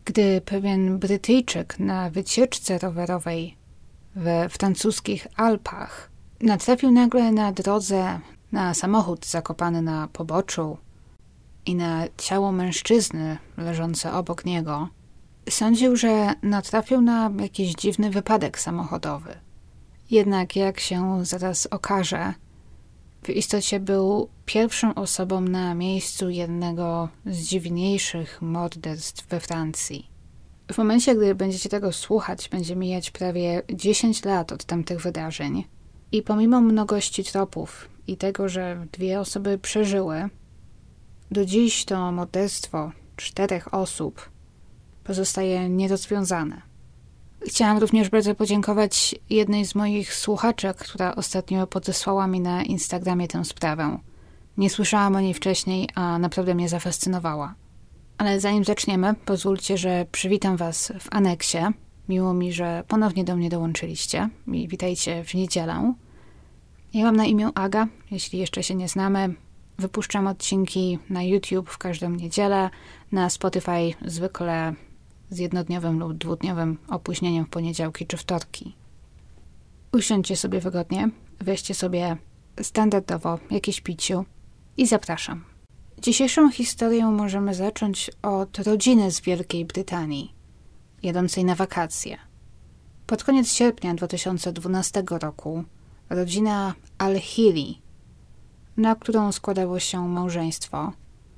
gdy pewien Brytyjczyk na wycieczce rowerowej we francuskich Alpach natrafił nagle na drodze na samochód zakopany na poboczu i na ciało mężczyzny leżące obok niego, sądził, że natrafił na jakiś dziwny wypadek samochodowy. Jednak jak się zaraz okaże, w istocie był pierwszą osobą na miejscu jednego z dziwniejszych morderstw we Francji. W momencie, gdy będziecie tego słuchać, będzie mijać prawie 10 lat od tamtych wydarzeń i pomimo mnogości tropów i tego, że 2 osoby przeżyły, do dziś to morderstwo 4 osób pozostaje nierozwiązane. Chciałam również bardzo podziękować jednej z moich słuchaczek, która ostatnio podesłała mi na Instagramie tę sprawę. Nie słyszałam o niej wcześniej, a naprawdę mnie zafascynowała. Ale zanim zaczniemy, pozwólcie, że przywitam Was w aneksie. Miło mi, że ponownie do mnie dołączyliście i witajcie w niedzielę. Ja mam na imię Aga, jeśli jeszcze się nie znamy. Wypuszczam odcinki na YouTube w każdą niedzielę, na Spotify zwykle z 1-dniowym lub 2-dniowym opóźnieniem w poniedziałki czy wtorki. Usiądźcie sobie wygodnie, weźcie sobie standardowo jakieś piciu i zapraszam. Dzisiejszą historię możemy zacząć od rodziny z Wielkiej Brytanii, jadącej na wakacje. Pod koniec sierpnia 2012 roku rodzina Al-Hili, na którą składało się małżeństwo,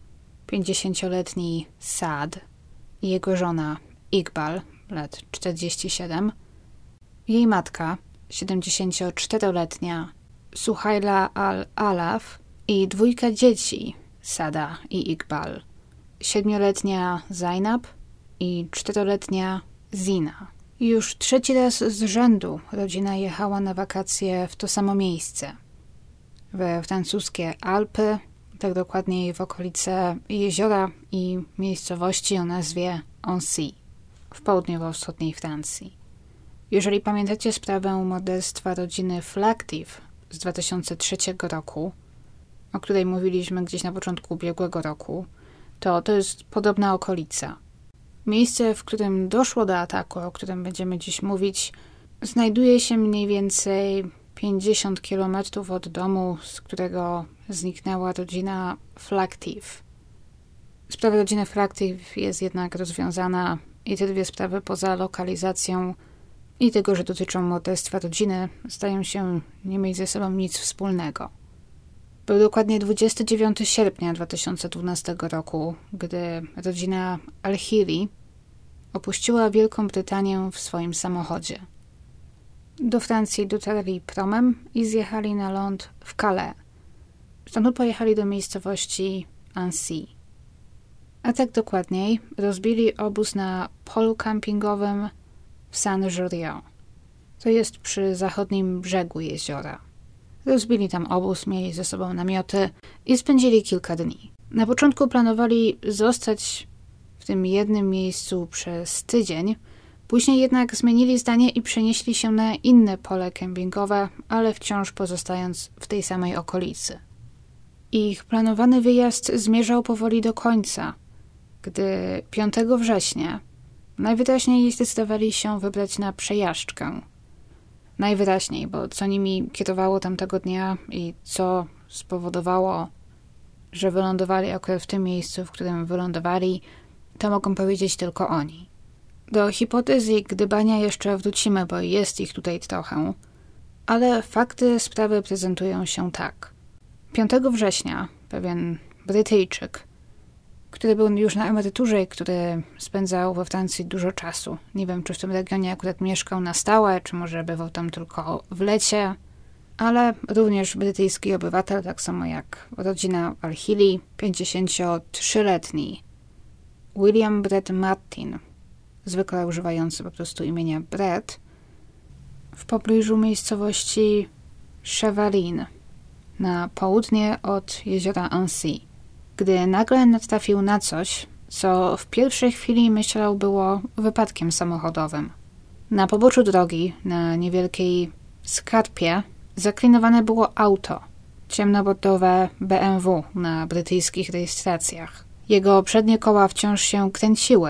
50-letni Saad i jego żona Iqbal, lat 47, jej matka, 74-letnia Suhaila Al-Alaf i 2 dzieci, Sada i Iqbal, 7-letnia Zainab i 4-letnia Zina. Już 3. raz z rzędu rodzina jechała na wakacje w to samo miejsce. We francuskie Alpy, tak dokładniej w okolice jeziora i miejscowości o nazwie Annecy, w południowo-wschodniej Francji. Jeżeli pamiętacie sprawę morderstwa rodziny Flactive z 2003 roku, o której mówiliśmy gdzieś na początku ubiegłego roku, to jest podobna okolica. Miejsce, w którym doszło do ataku, o którym będziemy dziś mówić, znajduje się mniej więcej 50 km od domu, z którego zniknęła rodzina Flactive. Sprawa rodziny Flactive jest jednak rozwiązana i te 2 sprawy poza lokalizacją i tego, że dotyczą morderstwa rodziny, zdają się nie mieć ze sobą nic wspólnego. Był dokładnie 29 sierpnia 2012 roku, gdy rodzina Al-Hili opuściła Wielką Brytanię w swoim samochodzie. Do Francji dotarli promem i zjechali na ląd w Calais. Stąd pojechali do miejscowości Annecy. A tak dokładniej rozbili obóz na polu kampingowym w Saint-Jurion. To jest przy zachodnim brzegu jeziora. Rozbili tam obóz, mieli ze sobą namioty i spędzili kilka dni. Na początku planowali zostać w tym jednym miejscu przez tydzień, później jednak zmienili zdanie i przenieśli się na inne pole kempingowe, ale wciąż pozostając w tej samej okolicy. Ich planowany wyjazd zmierzał powoli do końca, gdy 5 września najwyraźniej zdecydowali się wybrać na przejażdżkę. Najwyraźniej, bo co nimi kierowało tamtego dnia i co spowodowało, że wylądowali akurat w tym miejscu, w którym wylądowali, to mogą powiedzieć tylko oni. Do hipotezy i gdybania jeszcze wrócimy, bo jest ich tutaj trochę, ale fakty sprawy prezentują się tak. 5 września pewien Brytyjczyk, który był już na emeryturze i który spędzał we Francji dużo czasu. Nie wiem, czy w tym regionie akurat mieszkał na stałe, czy może bywał tam tylko w lecie, ale również brytyjski obywatel, tak samo jak rodzina Al-Hili, 53-letni William Brett Martin, zwykle używający po prostu imienia Brett, w pobliżu miejscowości Chevaline, na południe od jeziora Annecy, gdy nagle natrafił na coś, co w pierwszej chwili myślał było wypadkiem samochodowym. Na poboczu drogi, na niewielkiej skarpie, zaklinowane było auto, ciemnobordowe BMW na brytyjskich rejestracjach. Jego przednie koła wciąż się kręciły,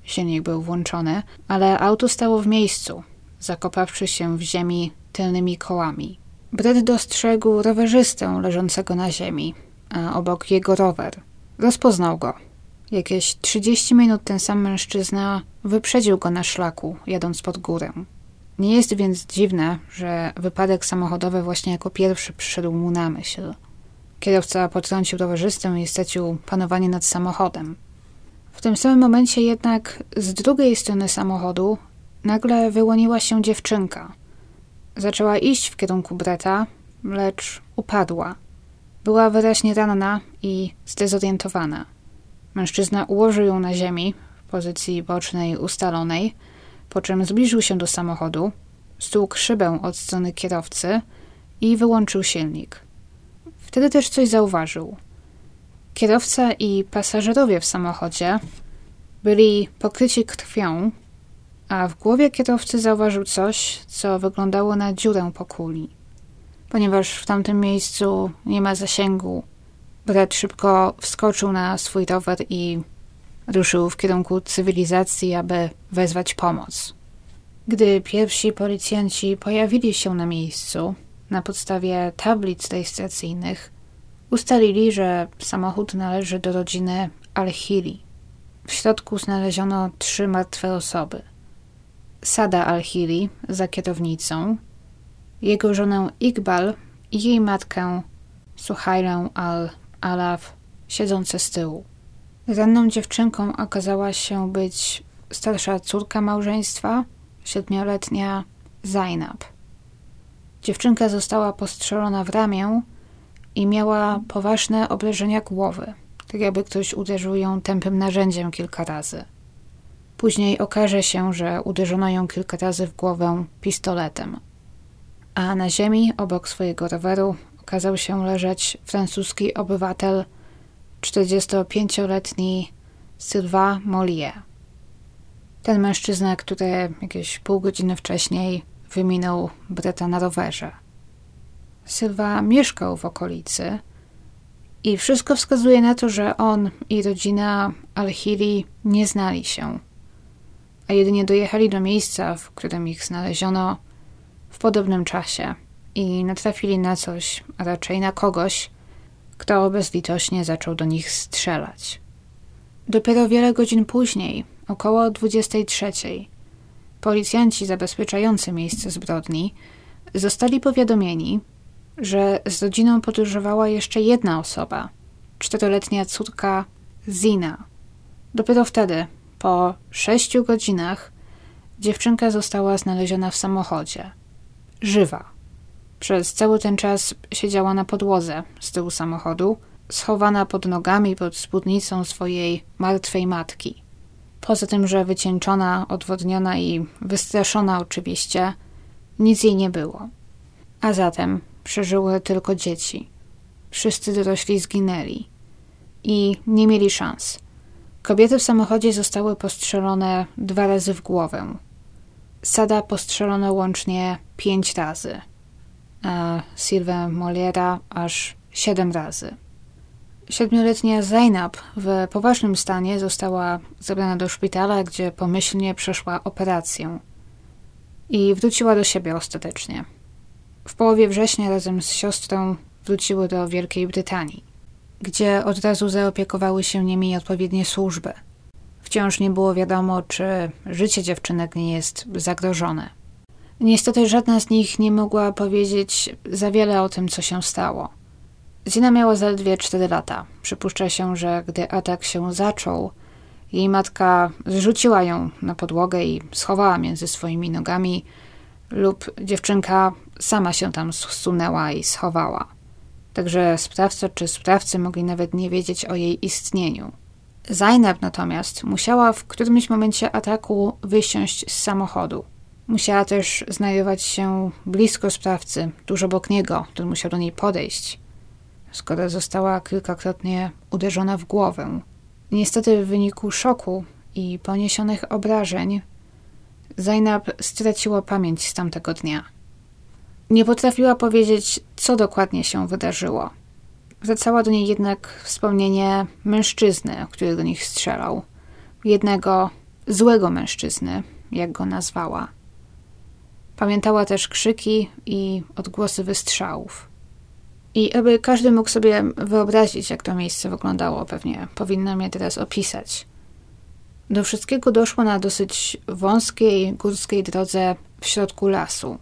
silnik był włączony, ale auto stało w miejscu, zakopawszy się w ziemi tylnymi kołami. Brett dostrzegł rowerzystę leżącego na ziemi, a obok jego rower. Rozpoznał go. Jakieś 30 minut ten sam mężczyzna wyprzedził go na szlaku, jadąc pod górę. Nie jest więc dziwne, że wypadek samochodowy właśnie jako pierwszy przyszedł mu na myśl. Kierowca potrącił rowerzystę i stracił panowanie nad samochodem. W tym samym momencie jednak z drugiej strony samochodu nagle wyłoniła się dziewczynka. Zaczęła iść w kierunku Bretta, lecz upadła. Była wyraźnie ranna i zdezorientowana. Mężczyzna ułożył ją na ziemi w pozycji bocznej ustalonej, po czym zbliżył się do samochodu, stłukł szybę od strony kierowcy i wyłączył silnik. Wtedy też coś zauważył. Kierowca i pasażerowie w samochodzie byli pokryci krwią, a w głowie kierowcy zauważył coś, co wyglądało na dziurę po kuli. Ponieważ w tamtym miejscu nie ma zasięgu, Brett szybko wskoczył na swój rower i ruszył w kierunku cywilizacji, aby wezwać pomoc. Gdy pierwsi policjanci pojawili się na miejscu, na podstawie tablic rejestracyjnych, ustalili, że samochód należy do rodziny Al-Hili. W środku znaleziono 3 martwe osoby. Sada Al-Hili za kierownicą, jego żonę Iqbal i jej matkę Suhailę Al-Alaf siedzące z tyłu. Ranną dziewczynką okazała się być starsza córka małżeństwa, 7-letnia Zainab. Dziewczynka została postrzelona w ramię i miała poważne obrażenia głowy, tak jakby ktoś uderzył ją tępym narzędziem kilka razy. Później okaże się, że uderzono ją kilka razy w głowę pistoletem. A na ziemi obok swojego roweru okazał się leżeć francuski obywatel 45-letni Sylvain Mollier. Ten mężczyzna, który jakieś pół godziny wcześniej wyminął Bretta na rowerze. Sylvain mieszkał w okolicy i wszystko wskazuje na to, że on i rodzina Al-Hili nie znali się, a jedynie dojechali do miejsca, w którym ich znaleziono w podobnym czasie i natrafili na coś, a raczej na kogoś, kto bezlitośnie zaczął do nich strzelać. Dopiero wiele godzin później, około 23:00, policjanci zabezpieczający miejsce zbrodni zostali powiadomieni, że z rodziną podróżowała jeszcze jedna osoba, 4-letnia córka Zina. Dopiero wtedy, po 6 godzinach, dziewczynka została znaleziona w samochodzie. Żywa. Przez cały ten czas siedziała na podłodze z tyłu samochodu, schowana pod nogami pod spódnicą swojej martwej matki. Poza tym, że wycieńczona, odwodniona i wystraszona oczywiście, nic jej nie było. A zatem przeżyły tylko dzieci. Wszyscy dorośli zginęli. I nie mieli szans. Kobiety w samochodzie zostały postrzelone 2 razy w głowę. Sada postrzelono łącznie 5 razy, a Sylvain Molliera aż 7 razy. 7-letnia Zainab w poważnym stanie została zabrana do szpitala, gdzie pomyślnie przeszła operację i wróciła do siebie ostatecznie. W połowie września razem z siostrą wróciły do Wielkiej Brytanii, gdzie od razu zaopiekowały się nimi odpowiednie służby. Wciąż nie było wiadomo, czy życie dziewczynek nie jest zagrożone. Niestety żadna z nich nie mogła powiedzieć za wiele o tym, co się stało. Zina miała zaledwie 4 lata. Przypuszcza się, że gdy atak się zaczął, jej matka zrzuciła ją na podłogę i schowała między swoimi nogami, lub dziewczynka sama się tam zsunęła i schowała. Także sprawca czy sprawcy mogli nawet nie wiedzieć o jej istnieniu. Zainab natomiast musiała w którymś momencie ataku wysiąść z samochodu. Musiała też znajdować się blisko sprawcy, tuż obok niego, który musiał do niej podejść, skoro została kilkakrotnie uderzona w głowę. Niestety w wyniku szoku i poniesionych obrażeń Zainab straciła pamięć z tamtego dnia. Nie potrafiła powiedzieć, co dokładnie się wydarzyło. Wracała do niej jednak wspomnienie mężczyzny, który do nich strzelał. Jednego złego mężczyzny, jak go nazwała. Pamiętała też krzyki i odgłosy wystrzałów. I aby każdy mógł sobie wyobrazić, jak to miejsce wyglądało, pewnie powinnam je teraz opisać. Do wszystkiego doszło na dosyć wąskiej, górskiej drodze w środku lasu.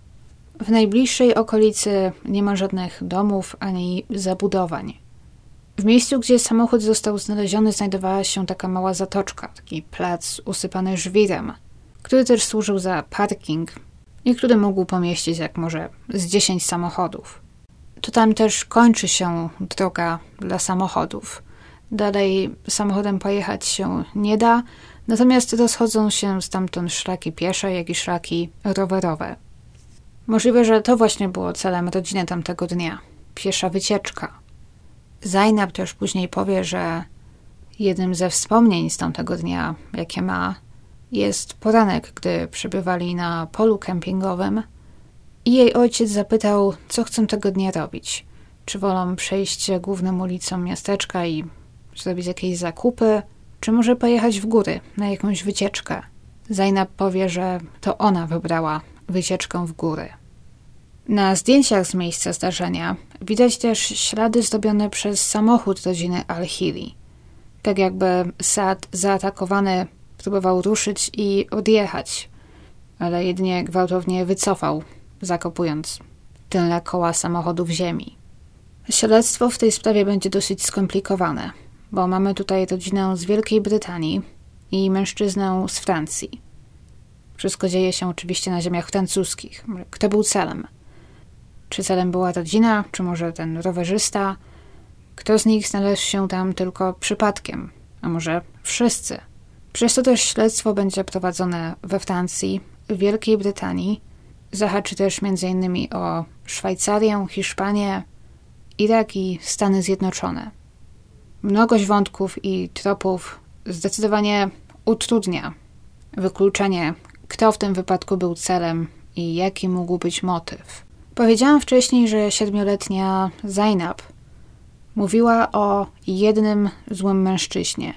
W najbliższej okolicy nie ma żadnych domów ani zabudowań. W miejscu, gdzie samochód został znaleziony, znajdowała się taka mała zatoczka, taki plac usypany żwirem, który też służył za parking i który mógł pomieścić jak może z 10 samochodów. To tam też kończy się droga dla samochodów. Dalej samochodem pojechać się nie da, natomiast rozchodzą się stamtąd szlaki piesze, jak i szlaki rowerowe. Możliwe, że to właśnie było celem rodziny tamtego dnia. Piesza wycieczka. Zainab też później powie, że jednym ze wspomnień z tamtego dnia, jakie ma, jest poranek, gdy przebywali na polu kempingowym i jej ojciec zapytał, co chcą tego dnia robić. Czy wolą przejść główną ulicą miasteczka i zrobić jakieś zakupy, czy może pojechać w góry na jakąś wycieczkę. Zainab powie, że to ona wybrała wycieczkę w góry. Na zdjęciach z miejsca zdarzenia widać też ślady zrobione przez samochód rodziny Al-Hili. Tak jakby Saad zaatakowany próbował ruszyć i odjechać, ale jedynie gwałtownie wycofał, zakopując tylne koła samochodu w ziemi. Śledztwo w tej sprawie będzie dosyć skomplikowane, bo mamy tutaj rodzinę z Wielkiej Brytanii i mężczyznę z Francji. Wszystko dzieje się oczywiście na ziemiach francuskich. Kto był celem? Czy celem była rodzina, czy może ten rowerzysta? Kto z nich znalazł się tam tylko przypadkiem? A może wszyscy? Przez to też śledztwo będzie prowadzone we Francji, w Wielkiej Brytanii. Zahaczy też m.in. o Szwajcarię, Hiszpanię, Irak i Stany Zjednoczone. Mnogość wątków i tropów zdecydowanie utrudnia wykluczenie, kto w tym wypadku był celem i jaki mógł być motyw. Powiedziałam wcześniej, że 7-letnia Zainab mówiła o jednym złym mężczyźnie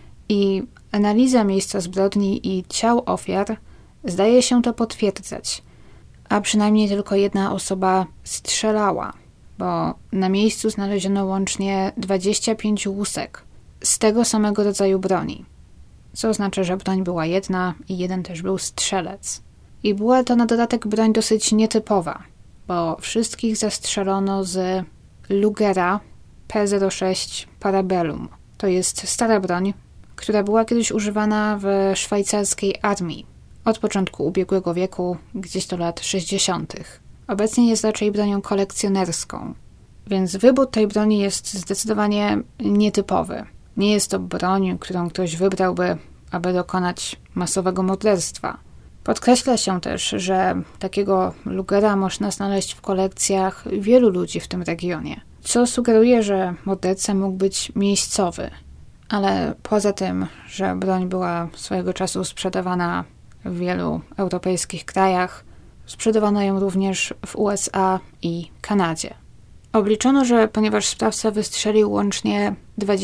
i analiza miejsca zbrodni i ciał ofiar zdaje się to potwierdzać, a przynajmniej tylko jedna osoba strzelała, bo na miejscu znaleziono łącznie 25 łusek z tego samego rodzaju broni, co oznacza, że broń była jedna i jeden też był strzelec. I była to na dodatek broń dosyć nietypowa, bo wszystkich zastrzelono z Lugera P06 Parabellum. To jest stara broń, która była kiedyś używana w szwajcarskiej armii od początku ubiegłego wieku, gdzieś do lat 60. Obecnie jest raczej bronią kolekcjonerską, więc wybór tej broni jest zdecydowanie nietypowy. Nie jest to broń, którą ktoś wybrałby, aby dokonać masowego morderstwa. Podkreśla się też, że takiego Lugera można znaleźć w kolekcjach wielu ludzi w tym regionie, co sugeruje, że morderca mógł być miejscowy. Ale poza tym, że broń była swojego czasu sprzedawana w wielu europejskich krajach, sprzedawano ją również w USA i Kanadzie. Obliczono, że ponieważ sprawca wystrzelił łącznie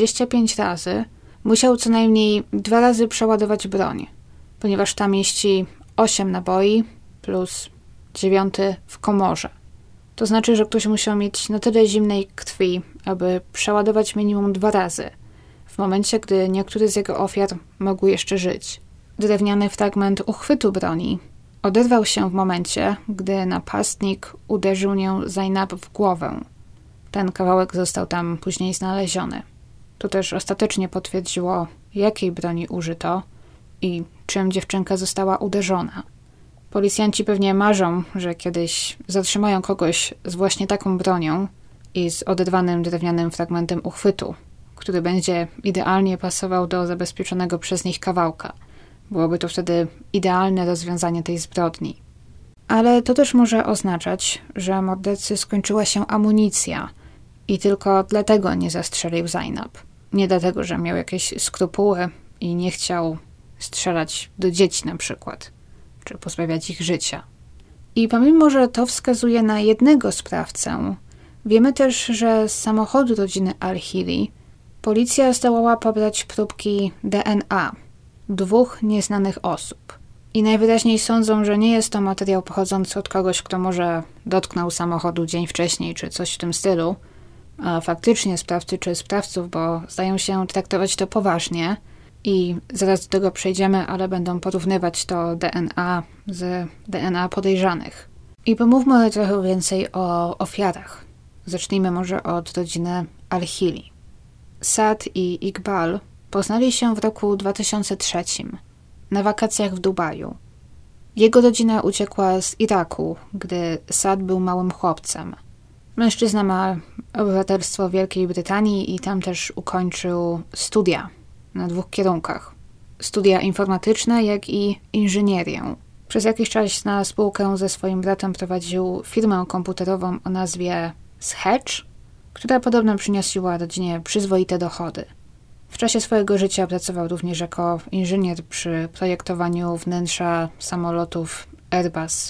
25 razy, musiał co najmniej 2 razy przeładować broń, ponieważ ta mieści 8 naboi plus 9 w komorze. To znaczy, że ktoś musiał mieć na tyle zimnej krwi, aby przeładować minimum 2 razy, w momencie, gdy niektóre z jego ofiar mogły jeszcze żyć. Drewniany fragment uchwytu broni oderwał się w momencie, gdy napastnik uderzył nią Zainab w głowę. Ten kawałek został tam później znaleziony. To też ostatecznie potwierdziło, jakiej broni użyto i czym dziewczynka została uderzona. Policjanci pewnie marzą, że kiedyś zatrzymają kogoś z właśnie taką bronią i z oderwanym drewnianym fragmentem uchwytu, który będzie idealnie pasował do zabezpieczonego przez nich kawałka. Byłoby to wtedy idealne rozwiązanie tej zbrodni. Ale to też może oznaczać, że mordercy skończyła się amunicja i tylko dlatego nie zastrzelił Zainab. Nie dlatego, że miał jakieś skrupuły i nie chciał strzelać do dzieci na przykład, czy pozbawiać ich życia. I pomimo, że to wskazuje na jednego sprawcę, wiemy też, że z samochodu rodziny Al-Hili policja zdołała pobrać próbki DNA, 2 nieznanych osób. I najwyraźniej sądzą, że nie jest to materiał pochodzący od kogoś, kto może dotknął samochodu dzień wcześniej, czy coś w tym stylu, a faktycznie sprawcy czy sprawców, bo zdają się traktować to poważnie i zaraz do tego przejdziemy, ale będą porównywać to DNA z DNA podejrzanych. I pomówmy trochę więcej o ofiarach. Zacznijmy może od rodziny Al-Hili. Saad i Iqbal poznali się w roku 2003 na wakacjach w Dubaju. Jego rodzina uciekła z Iraku, gdy Saad był małym chłopcem. Mężczyzna ma obywatelstwo Wielkiej Brytanii i tam też ukończył studia na 2 kierunkach. Studia informatyczne, jak i inżynierię. Przez jakiś czas na spółkę ze swoim bratem prowadził firmę komputerową o nazwie Schetch, która podobno przyniosła rodzinie przyzwoite dochody. W czasie swojego życia pracował również jako inżynier przy projektowaniu wnętrza samolotów Airbus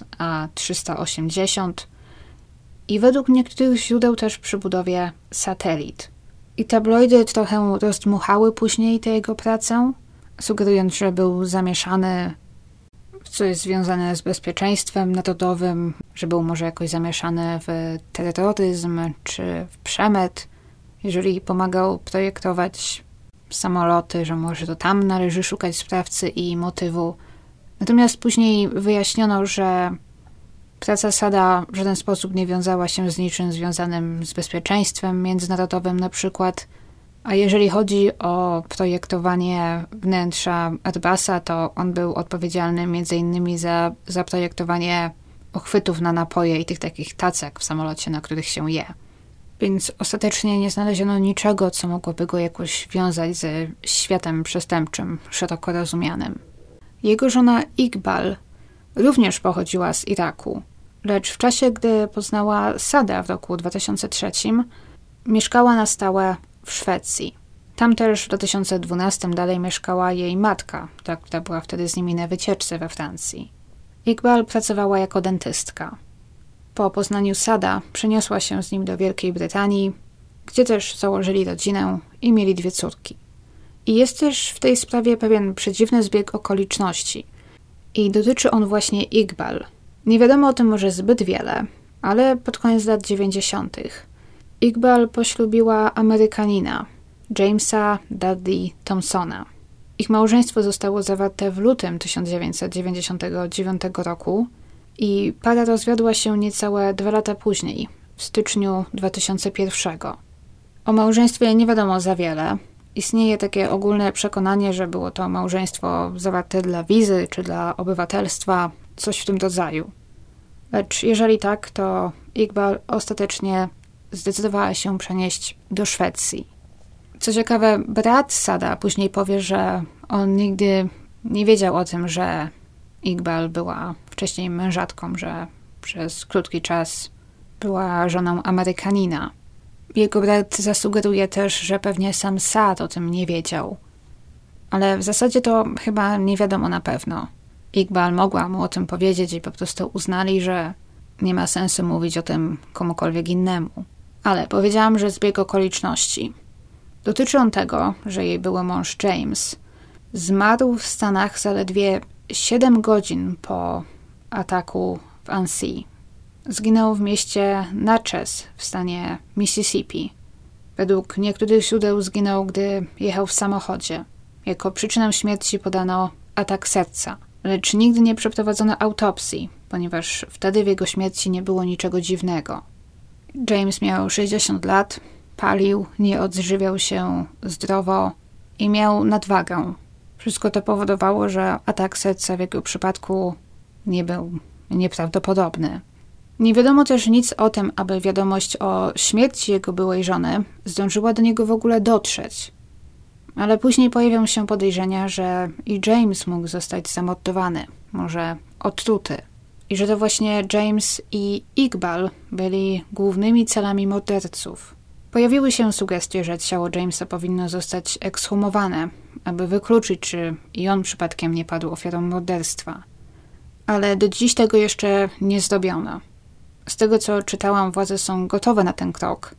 A380 i według niektórych źródeł też przy budowie satelit. I tabloidy trochę rozdmuchały później tę jego pracę, sugerując, że był zamieszany w coś związane z bezpieczeństwem narodowym, że był może jakoś zamieszany w terroryzm czy w przemyt, jeżeli pomagał projektować samoloty, że może to tam należy szukać sprawcy i motywu. Natomiast później wyjaśniono, że praca Saada w żaden sposób nie wiązała się z niczym związanym z bezpieczeństwem międzynarodowym na przykład, a jeżeli chodzi o projektowanie wnętrza Airbusa, to on był odpowiedzialny m.in. za zaprojektowanie uchwytów na napoje i tych takich tacek w samolocie, na których się je. Więc ostatecznie nie znaleziono niczego, co mogłoby go jakoś wiązać ze światem przestępczym, szeroko rozumianym. Jego żona Iqbal również pochodziła z Iraku, lecz w czasie, gdy poznała Saada w roku 2003, mieszkała na stałe w Szwecji. Tam też w 2012 dalej mieszkała jej matka, ta, która była wtedy z nimi na wycieczce we Francji. Iqbal pracowała jako dentystka. Po poznaniu Saada przeniosła się z nim do Wielkiej Brytanii, gdzie też założyli rodzinę i mieli 2 córki. I jest też w tej sprawie pewien przedziwny zbieg okoliczności. I dotyczy on właśnie Iqbal. Nie wiadomo o tym może zbyt wiele, ale pod koniec lat 90. Iqbal poślubiła Amerykanina, Jamesa Dudley Thompsona. Ich małżeństwo zostało zawarte w lutym 1999 roku i para rozwiodła się niecałe 2 lata później, w styczniu 2001. O małżeństwie nie wiadomo za wiele. Istnieje takie ogólne przekonanie, że było to małżeństwo zawarte dla wizy czy dla obywatelstwa, coś w tym rodzaju. Lecz jeżeli tak, to Iqbal ostatecznie zdecydowała się przenieść do Szwecji. Co ciekawe, brat Saada później powie, że on nigdy nie wiedział o tym, że Iqbal była wcześniej mężatką, że przez krótki czas była żoną Amerykanina. Jego brat zasugeruje też, że pewnie sam Saad o tym nie wiedział. Ale w zasadzie to chyba nie wiadomo na pewno. Iqbal mogła mu o tym powiedzieć i po prostu uznali, że nie ma sensu mówić o tym komukolwiek innemu. Ale powiedziałam, że zbieg okoliczności. Dotyczy on tego, że jej były mąż James zmarł w Stanach zaledwie 7 godzin po ataku w Annecy. Zginął w mieście Natchez w stanie Mississippi. Według niektórych źródeł zginął, gdy jechał w samochodzie. Jako przyczynę śmierci podano atak serca, lecz nigdy nie przeprowadzono autopsji, ponieważ wtedy w jego śmierci nie było niczego dziwnego. James miał 60 lat, palił, nie odżywiał się zdrowo i miał nadwagę. Wszystko to powodowało, że atak serca w jego przypadku nie był nieprawdopodobny. Nie wiadomo też nic o tym, aby wiadomość o śmierci jego byłej żony zdążyła do niego w ogóle dotrzeć. Ale później pojawią się podejrzenia, że i James mógł zostać zamordowany, może otruty. I że to właśnie James i Iqbal byli głównymi celami morderców. Pojawiły się sugestie, że ciało Jamesa powinno zostać ekshumowane, aby wykluczyć, czy i on przypadkiem nie padł ofiarą morderstwa. Ale do dziś tego jeszcze nie zrobiono. Z tego, co czytałam, władze są gotowe na ten krok,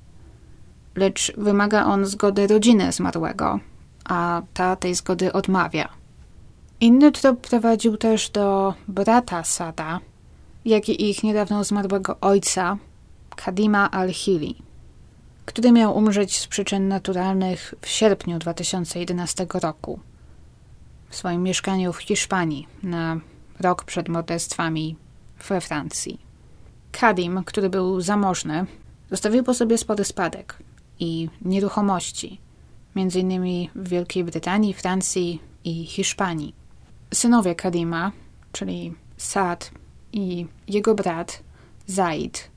lecz wymaga on zgody rodziny zmarłego, a ta tej zgody odmawia. Inny trop prowadził też do brata Sada, jak i ich niedawno zmarłego ojca, Kadima al-Hili, który miał umrzeć z przyczyn naturalnych w sierpniu 2011 roku w swoim mieszkaniu w Hiszpanii na rok przed morderstwami we Francji. Kadim, który był zamożny, zostawił po sobie spory spadek i nieruchomości, m.in. w Wielkiej Brytanii, Francji i Hiszpanii. Synowie Kadima, czyli Saad i jego brat Zaid,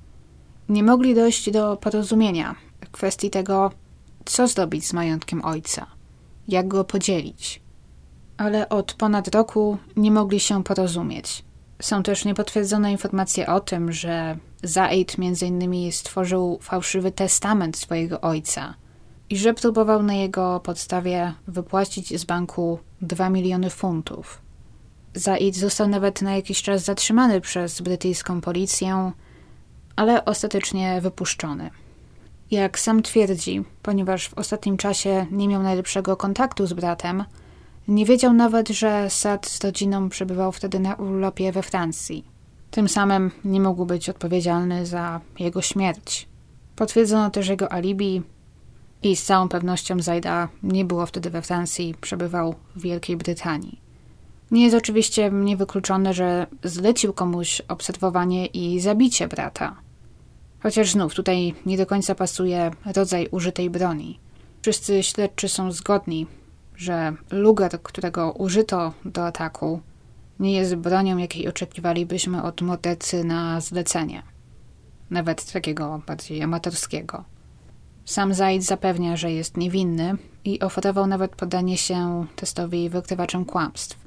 nie mogli dojść do porozumienia w kwestii tego, co zrobić z majątkiem ojca, jak go podzielić. Ale od ponad roku nie mogli się porozumieć. Są też niepotwierdzone informacje o tym, że Zaid m.in. stworzył fałszywy testament swojego ojca i że próbował na jego podstawie wypłacić z banku 2 miliony funtów. Zaid został nawet na jakiś czas zatrzymany przez brytyjską policję, ale ostatecznie wypuszczony. Jak sam twierdzi, ponieważ w ostatnim czasie nie miał najlepszego kontaktu z bratem, nie wiedział nawet, że Saad z rodziną przebywał wtedy na urlopie we Francji. Tym samym nie mógł być odpowiedzialny za jego śmierć. Potwierdzono też jego alibi i z całą pewnością Zaida nie było wtedy we Francji, przebywał w Wielkiej Brytanii. Nie jest oczywiście niewykluczone, że zlecił komuś obserwowanie i zabicie brata. Chociaż znów tutaj nie do końca pasuje rodzaj użytej broni. Wszyscy śledczy są zgodni, że luger, którego użyto do ataku, nie jest bronią, jakiej oczekiwalibyśmy od mordercy na zlecenie. Nawet takiego bardziej amatorskiego. Sam Zaid zapewnia, że jest niewinny i oferował nawet poddanie się testowi wykrywaczem kłamstw.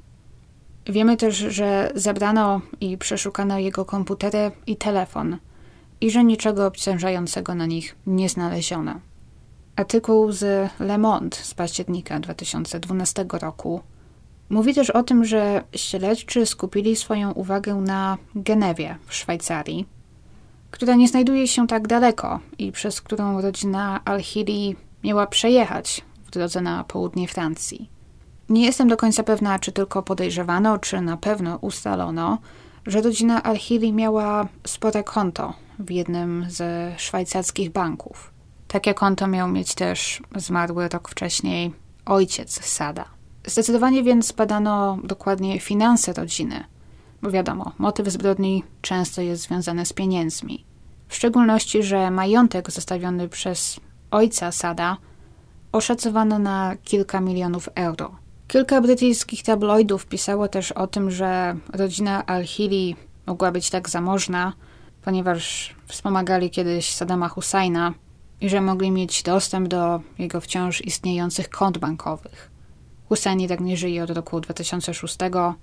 Wiemy też, że zabrano i przeszukano jego komputery i telefon i że niczego obciążającego na nich nie znaleziono. Artykuł z Le Monde z października 2012 roku mówi też o tym, że śledczy skupili swoją uwagę na Genewie w Szwajcarii, która nie znajduje się tak daleko i przez którą rodzina al-Hili miała przejechać w drodze na południe Francji. Nie jestem do końca pewna, czy tylko podejrzewano, czy na pewno ustalono, że rodzina al-Hili miała spore konto w jednym ze szwajcarskich banków. Takie konto miał mieć też zmarły rok wcześniej ojciec Sada. Zdecydowanie więc badano dokładnie finanse rodziny, bo wiadomo, motyw zbrodni często jest związany z pieniędzmi. W szczególności, że majątek zostawiony przez ojca Sada oszacowano na kilka milionów euro. Kilka brytyjskich tabloidów pisało też o tym, że rodzina al-Hili mogła być tak zamożna, ponieważ wspomagali kiedyś Saddama Husajna i że mogli mieć dostęp do jego wciąż istniejących kont bankowych. Hussein jednak nie żyje od roku 2006,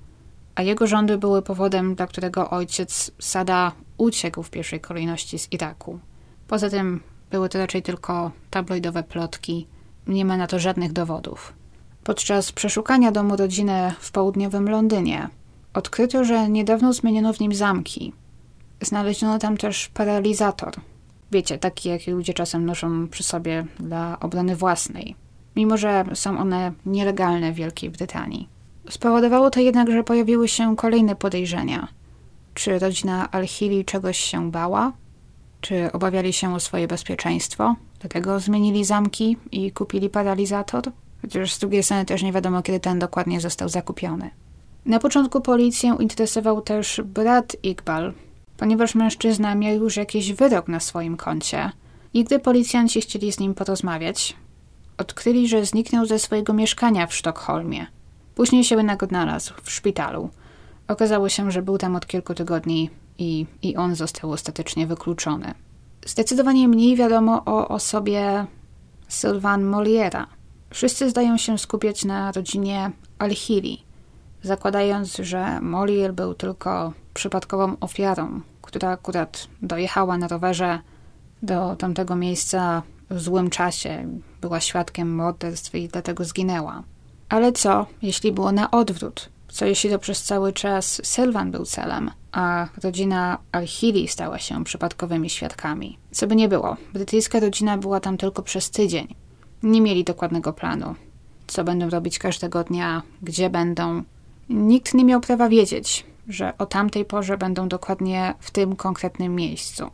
a jego rządy były powodem, dla którego ojciec Sada uciekł w pierwszej kolejności z Iraku. Poza tym były to raczej tylko tabloidowe plotki, nie ma na to żadnych dowodów. Podczas przeszukania domu rodziny w południowym Londynie odkryto, że niedawno zmieniono w nim zamki. Znaleziono tam też paralizator. Wiecie, taki, jaki ludzie czasem noszą przy sobie dla obrony własnej, mimo że są one nielegalne w Wielkiej Brytanii. Spowodowało to jednak, że pojawiły się kolejne podejrzenia. Czy rodzina al-Hili czegoś się bała? Czy obawiali się o swoje bezpieczeństwo? Dlatego zmienili zamki i kupili paralizator? Chociaż z drugiej strony też nie wiadomo, kiedy ten dokładnie został zakupiony. Na początku policję interesował też brat Iqbal, ponieważ mężczyzna miał już jakiś wyrok na swoim koncie i gdy policjanci chcieli z nim porozmawiać, odkryli, że zniknął ze swojego mieszkania w Sztokholmie. Później się jednak odnalazł w szpitalu. Okazało się, że był tam od kilku tygodni i on został ostatecznie wykluczony. Zdecydowanie mniej wiadomo o osobie Sylvain Moliera. Wszyscy zdają się skupiać na rodzinie al-Hili, zakładając, że Molier był tylko przypadkową ofiarą, która akurat dojechała na rowerze do tamtego miejsca w złym czasie, była świadkiem morderstw i dlatego zginęła. Ale co, jeśli było na odwrót? Co jeśli to przez cały czas Sylvain był celem, a rodzina al-Hili stała się przypadkowymi świadkami? Co by nie było, brytyjska rodzina była tam tylko przez tydzień. Nie mieli dokładnego planu, co będą robić każdego dnia, gdzie będą. Nikt nie miał prawa wiedzieć, że o tamtej porze będą dokładnie w tym konkretnym miejscu.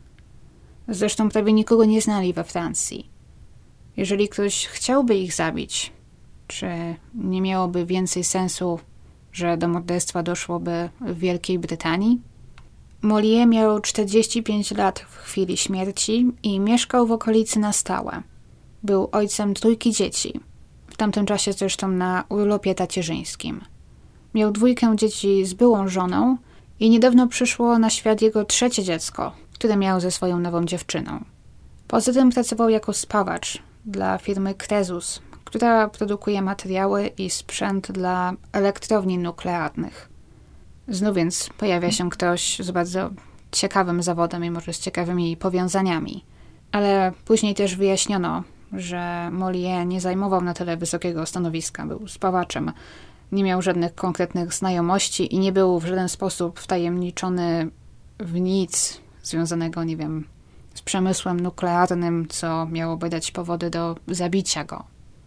Zresztą prawie nikogo nie znali we Francji. Jeżeli ktoś chciałby ich zabić, czy nie miałoby więcej sensu, że do morderstwa doszłoby w Wielkiej Brytanii? Mollier miał 45 lat w chwili śmierci i mieszkał w okolicy na stałe. Był ojcem 3 dzieci, w tamtym czasie zresztą na urlopie tacierzyńskim. Miał 2 dzieci z byłą żoną i niedawno przyszło na świat jego 3 dziecko, które miał ze swoją nową dziewczyną. Poza tym pracował jako spawacz dla firmy Cresus, która produkuje materiały i sprzęt dla elektrowni nuklearnych. Znów więc pojawia się ktoś z bardzo ciekawym zawodem i może z ciekawymi powiązaniami. Ale później też wyjaśniono, że Mollier nie zajmował na tyle wysokiego stanowiska, był spawaczem, nie miał żadnych konkretnych znajomości i nie był w żaden sposób wtajemniczony w nic związanego, nie wiem, z przemysłem nuklearnym, co miałoby dać powody do zabicia go.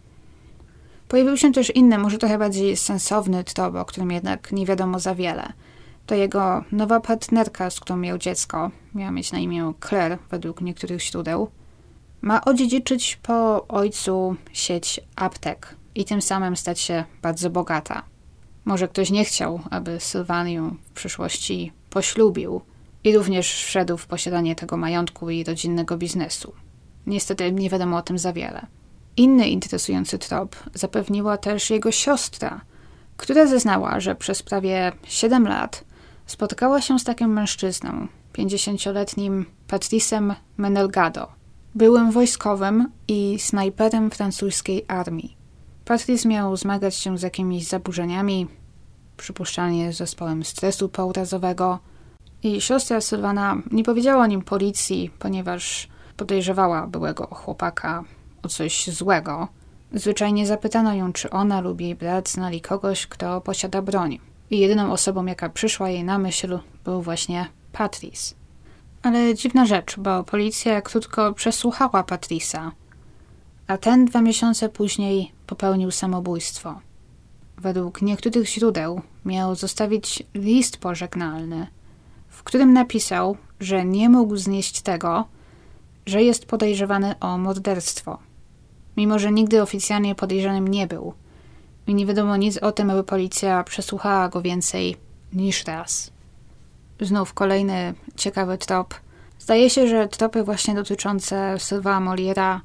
Pojawił się też inny, może trochę bardziej sensowny trop, o którym jednak nie wiadomo za wiele. To jego nowa partnerka, z którą miał dziecko, miała mieć na imię Claire według niektórych źródeł, ma odziedziczyć po ojcu sieć aptek i tym samym stać się bardzo bogata. Może ktoś nie chciał, aby Sylvain ją w przyszłości poślubił i również wszedł w posiadanie tego majątku i rodzinnego biznesu. Niestety nie wiadomo o tym za wiele. Inny interesujący trop zapewniła też jego siostra, która zeznała, że przez prawie 7 lat spotkała się z takim mężczyzną, 50-letnim Patricem Menelgado, byłym wojskowym i snajperem francuskiej armii. Patrice miał zmagać się z jakimiś zaburzeniami, przypuszczalnie z zespołem stresu pourazowego, i siostra Sylwana nie powiedziała o nim policji, ponieważ podejrzewała byłego chłopaka o coś złego. Zwyczajnie zapytano ją, czy ona lub jej brat znali kogoś, kto posiada broń. I jedyną osobą, jaka przyszła jej na myśl, był właśnie Patrice. Ale dziwna rzecz, bo policja krótko przesłuchała Patrice'a, a ten 2 miesiące później popełnił samobójstwo. Według niektórych źródeł miał zostawić list pożegnalny, w którym napisał, że nie mógł znieść tego, że jest podejrzewany o morderstwo. Mimo że nigdy oficjalnie podejrzanym nie był i nie wiadomo nic o tym, aby policja przesłuchała go więcej niż raz. Znów kolejny ciekawy trop. Zdaje się, że tropy właśnie dotyczące Sylvaina Molliera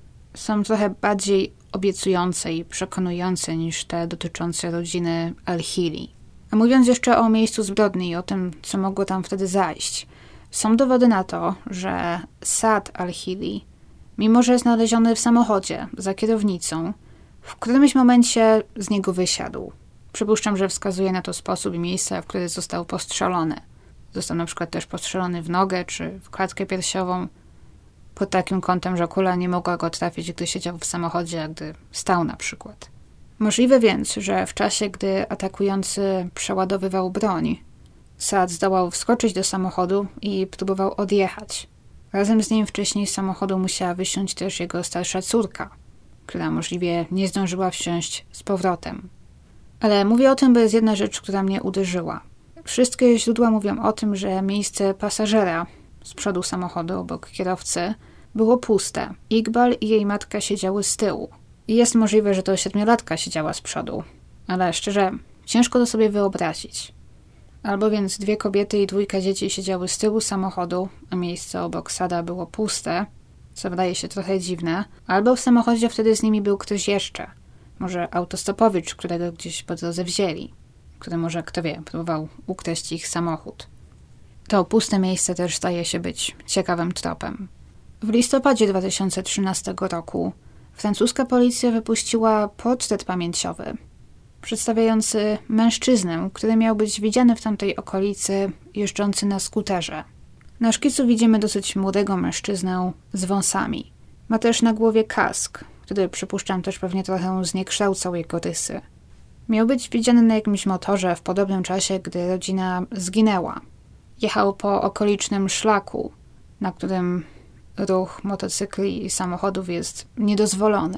są trochę bardziej obiecujące i przekonujące niż te dotyczące rodziny Al-Hili. A mówiąc jeszcze o miejscu zbrodni i o tym, co mogło tam wtedy zajść, są dowody na to, że Saad Al-Hili, mimo że znaleziony w samochodzie za kierownicą, w którymś momencie z niego wysiadł. Przypuszczam, że wskazuje na to sposób i miejsce, w którym został postrzelony. Został na przykład też postrzelony w nogę czy w klatkę piersiową, pod takim kątem, że kula nie mogła go trafić, gdy siedział w samochodzie, a gdy stał na przykład. Możliwe więc, że w czasie, gdy atakujący przeładowywał broń, Saad zdołał wskoczyć do samochodu i próbował odjechać. Razem z nim wcześniej z samochodu musiała wysiąść też jego starsza córka, która możliwie nie zdążyła wsiąść z powrotem. Ale mówię o tym, bo jest jedna rzecz, która mnie uderzyła. Wszystkie źródła mówią o tym, że miejsce pasażera z przodu samochodu obok kierowcy było puste. Iqbal i jej matka siedziały z tyłu. I jest możliwe, że to 7-latka siedziała z przodu. Ale szczerze, ciężko to sobie wyobrazić. Albo więc 2 kobiety i 2 dzieci siedziały z tyłu samochodu, a miejsce obok Saada było puste, co wydaje się trochę dziwne, albo w samochodzie wtedy z nimi był ktoś jeszcze. Może autostopowicz, którego gdzieś po drodze wzięli, który może, kto wie, próbował ukraść ich samochód. To puste miejsce też zdaje się być ciekawym tropem. W listopadzie 2013 roku francuska policja wypuściła portret pamięciowy przedstawiający mężczyznę, który miał być widziany w tamtej okolicy jeżdżący na skuterze. Na szkicu widzimy dosyć młodego mężczyznę z wąsami. Ma też na głowie kask, który przypuszczam też pewnie trochę zniekształcał jego rysy. Miał być widziany na jakimś motorze w podobnym czasie, gdy rodzina zginęła. Jechał po okolicznym szlaku, na którym ruch motocykli i samochodów jest niedozwolony.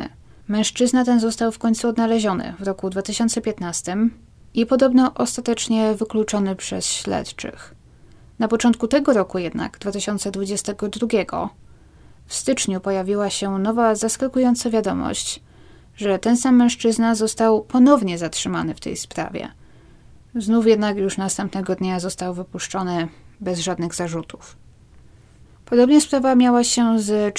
Mężczyzna ten został w końcu odnaleziony w roku 2015 i podobno ostatecznie wykluczony przez śledczych. Na początku tego roku jednak, 2022, w styczniu pojawiła się nowa zaskakująca wiadomość, że ten sam mężczyzna został ponownie zatrzymany w tej sprawie. Znów jednak już następnego dnia został wypuszczony bez żadnych zarzutów. Podobnie sprawa miała się z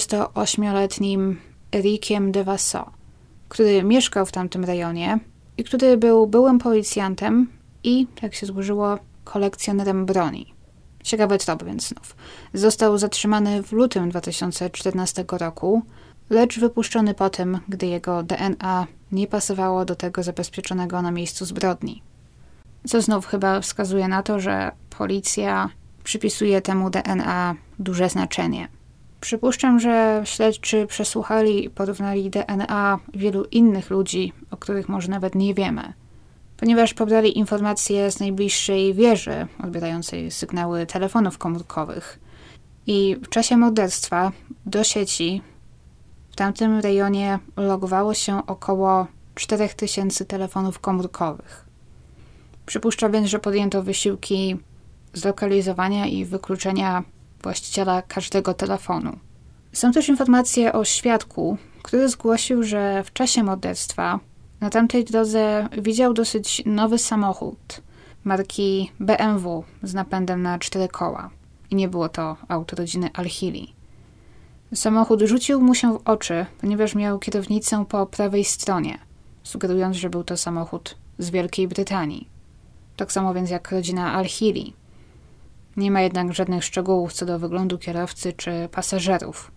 48-letnim Ericiem Devassaux, który mieszkał w tamtym rejonie i który był byłym policjantem i, jak się złożyło, kolekcjonerem broni. Ciekawy trop więc znów. Został zatrzymany w lutym 2014 roku, lecz wypuszczony po tym, gdy jego DNA nie pasowało do tego zabezpieczonego na miejscu zbrodni. Co znów chyba wskazuje na to, że policja przypisuje temu DNA duże znaczenie. Przypuszczam, że śledczy przesłuchali i porównali DNA wielu innych ludzi, o których może nawet nie wiemy, ponieważ pobrali informacje z najbliższej wieży odbierającej sygnały telefonów komórkowych. I w czasie morderstwa do sieci w tamtym rejonie logowało się około 4000 telefonów komórkowych. Przypuszczam więc, że podjęto wysiłki zlokalizowania i wykluczenia właściciela każdego telefonu. Są też informacje o świadku, który zgłosił, że w czasie morderstwa na tamtej drodze widział dosyć nowy samochód marki BMW z napędem na 4 koła. I nie było to auto rodziny Al-Hili. Samochód rzucił mu się w oczy, ponieważ miał kierownicę po prawej stronie, sugerując, że był to samochód z Wielkiej Brytanii. Tak samo więc jak rodzina Al-Hili. Nie ma jednak żadnych szczegółów co do wyglądu kierowcy czy pasażerów.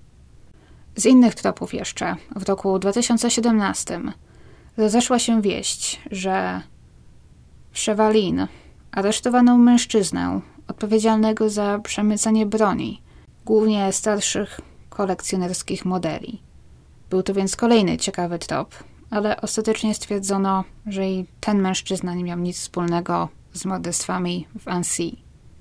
Z innych tropów jeszcze, w roku 2017 rozeszła się wieść, że w Chevalin aresztowano mężczyznę odpowiedzialnego za przemycanie broni, głównie starszych kolekcjonerskich modeli. Był to więc kolejny ciekawy trop, ale ostatecznie stwierdzono, że i ten mężczyzna nie miał nic wspólnego z morderstwami w Annecy.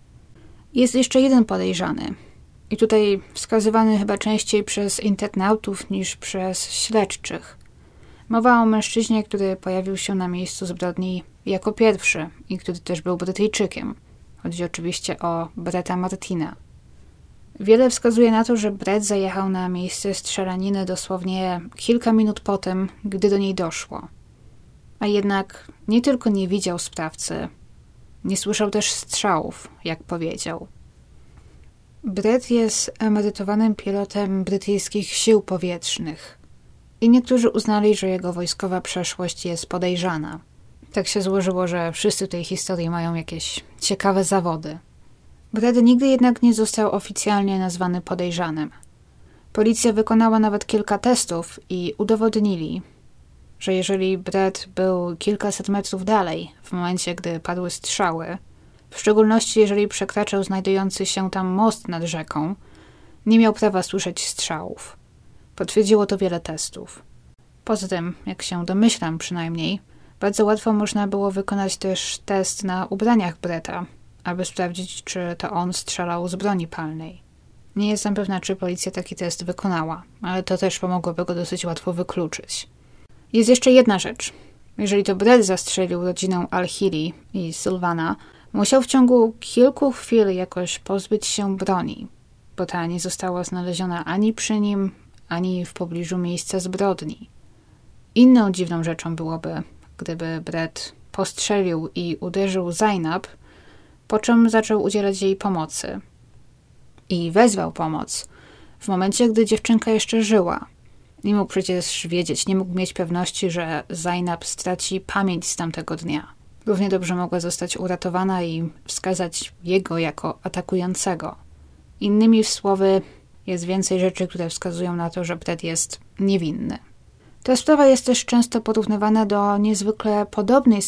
Jest jeszcze jeden podejrzany i tutaj wskazywany chyba częściej przez internautów niż przez śledczych. Mowa o mężczyźnie, który pojawił się na miejscu zbrodni jako pierwszy i który też był Brytyjczykiem. Chodzi oczywiście o Bretta Martina. Wiele wskazuje na to, że Brett zajechał na miejsce strzelaniny dosłownie kilka minut po tym, gdy do niej doszło. A jednak nie tylko nie widział sprawcy, nie słyszał też strzałów, jak powiedział. Brett jest emerytowanym pilotem brytyjskich sił powietrznych i niektórzy uznali, że jego wojskowa przeszłość jest podejrzana. Tak się złożyło, że wszyscy w tej historii mają jakieś ciekawe zawody. Brett nigdy jednak nie został oficjalnie nazwany podejrzanym. Policja wykonała nawet kilka testów i udowodnili, że jeżeli Brett był kilkaset metrów dalej w momencie, gdy padły strzały, w szczególności jeżeli przekraczał znajdujący się tam most nad rzeką, nie miał prawa słyszeć strzałów. Potwierdziło to wiele testów. Poza tym, jak się domyślam przynajmniej, bardzo łatwo można było wykonać też test na ubraniach Bretta, aby sprawdzić, czy to on strzelał z broni palnej. Nie jestem pewna, czy policja taki test wykonała, ale to też pomogłoby go dosyć łatwo wykluczyć. Jest jeszcze jedna rzecz. Jeżeli to Brett zastrzelił rodzinę Al-Hili i Sylwana, musiał w ciągu kilku chwil jakoś pozbyć się broni, bo ta nie została znaleziona ani przy nim, ani w pobliżu miejsca zbrodni. Inną dziwną rzeczą byłoby, gdyby Brett postrzelił i uderzył Zainab, po czym zaczął udzielać jej pomocy. I wezwał pomoc w momencie, gdy dziewczynka jeszcze żyła. Nie mógł przecież wiedzieć, nie mógł mieć pewności, że Zainab straci pamięć z tamtego dnia. Równie dobrze mogła zostać uratowana i wskazać jego jako atakującego. Innymi słowy, jest więcej rzeczy, które wskazują na to, że Brett jest niewinny. Ta sprawa jest też często porównywana do niezwykle podobnej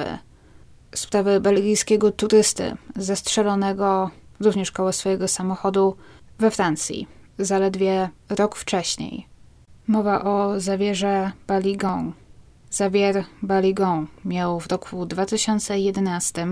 sprawy belgijskiego turysty zastrzelonego również koło swojego samochodu we Francji, zaledwie rok wcześniej. Mowa o Xavierze Baligon. Xavier Baligon miał w roku 2011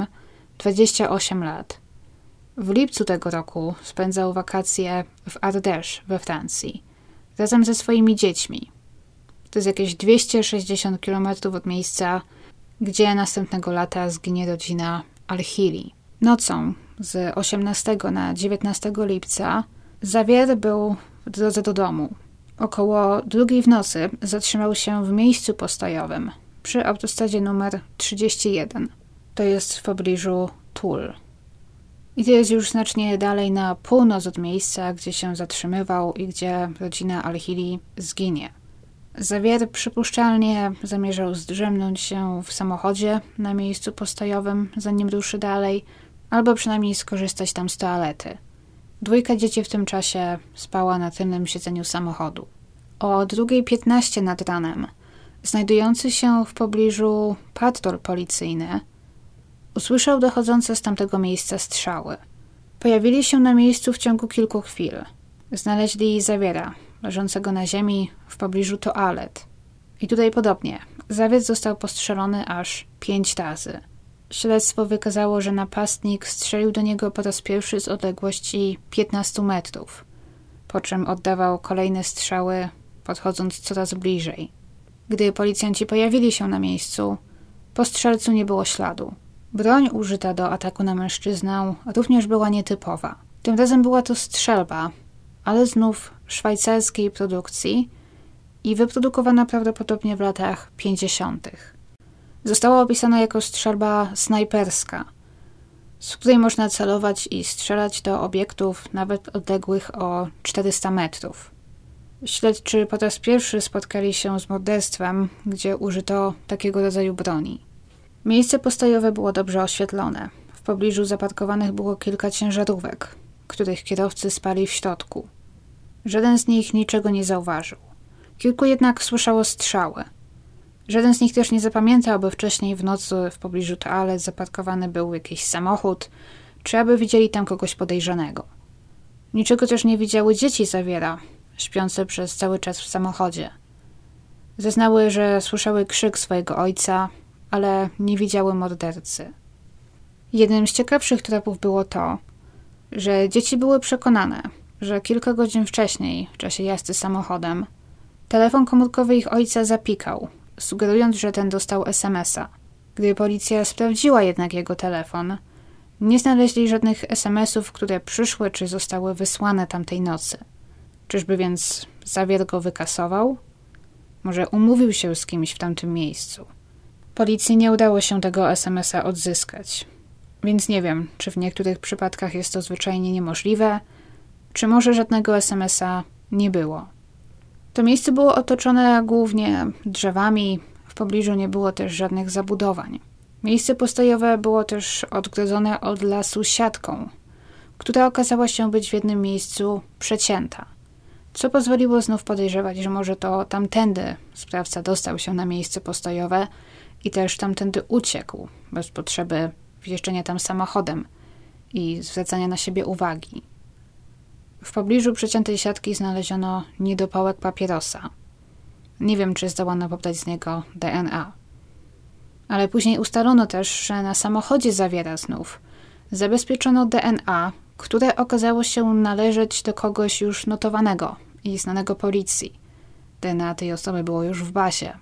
28 lat. W lipcu tego roku spędzał wakacje w Ardèche we Francji razem ze swoimi dziećmi. To jest jakieś 260 km od miejsca, gdzie następnego lata zginie rodzina Al-Hili. Nocą z 18 na 19 lipca Xavier był w drodze do domu. Około 2 w nocy zatrzymał się w miejscu postojowym przy autostradzie numer 31. To jest w pobliżu Toul. I to jest już znacznie dalej na północ od miejsca, gdzie się zatrzymywał i gdzie rodzina Al-Hili zginie. Xavier przypuszczalnie zamierzał zdrzemnąć się w samochodzie na miejscu postojowym, zanim ruszy dalej, albo przynajmniej skorzystać tam z toalety. 2 dzieci w tym czasie spała na tylnym siedzeniu samochodu. O 2:15 nad ranem znajdujący się w pobliżu patrol policyjny usłyszał dochodzące z tamtego miejsca strzały. Pojawili się na miejscu w ciągu kilku chwil. Znaleźli Xaviera, leżącego na ziemi w pobliżu toalet. I tutaj podobnie. Xavier został postrzelony aż 5 razy. Śledztwo wykazało, że napastnik strzelił do niego po raz pierwszy z odległości 15 metrów, po czym oddawał kolejne strzały, podchodząc coraz bliżej. Gdy policjanci pojawili się na miejscu, po strzelcu nie było śladu. Broń użyta do ataku na mężczyznę również była nietypowa. Tym razem była to strzelba, ale znów szwajcarskiej produkcji i wyprodukowana prawdopodobnie w latach 50. Została opisana jako strzelba snajperska, z której można celować i strzelać do obiektów nawet odległych o 400 metrów. Śledczy po raz pierwszy spotkali się z morderstwem, gdzie użyto takiego rodzaju broni. Miejsce postojowe było dobrze oświetlone. W pobliżu zaparkowanych było kilka ciężarówek, których kierowcy spali w środku. Żaden z nich niczego nie zauważył. Kilku jednak słyszało strzały. Żaden z nich też nie zapamiętał, aby wcześniej w nocy w pobliżu toalet zaparkowany był jakiś samochód, czy aby widzieli tam kogoś podejrzanego. Niczego też nie widziały dzieci Xaviera, śpiące przez cały czas w samochodzie. Zeznały, że słyszały krzyk swojego ojca, ale nie widziały mordercy. Jednym z ciekawszych tropów było to, że dzieci były przekonane, że kilka godzin wcześniej, w czasie jazdy samochodem, telefon komórkowy ich ojca zapikał, sugerując, że ten dostał SMS-a. Gdy policja sprawdziła jednak jego telefon, nie znaleźli żadnych SMS-ów, które przyszły czy zostały wysłane tamtej nocy. Czyżby więc Xavier go wykasował? Może umówił się z kimś w tamtym miejscu? Policji nie udało się tego SMS-a odzyskać. Więc nie wiem, czy w niektórych przypadkach jest to zwyczajnie niemożliwe, czy może żadnego SMS-a nie było. To miejsce było otoczone głównie drzewami, w pobliżu nie było też żadnych zabudowań. Miejsce postojowe było też odgrodzone od lasu siatką, która okazała się być w jednym miejscu przecięta, co pozwoliło znów podejrzewać, że może to tamtędy sprawca dostał się na miejsce postojowe i też tamtędy uciekł, bez potrzeby wjeżdżania tam samochodem i zwracania na siebie uwagi. W pobliżu przeciętej siatki znaleziono niedopałek papierosa. Nie wiem, czy zdołano pobrać z niego DNA. Ale później ustalono też, że na samochodzie Xaviera znów zabezpieczono DNA, które okazało się należeć do kogoś już notowanego i znanego policji. DNA tej osoby było już w bazie.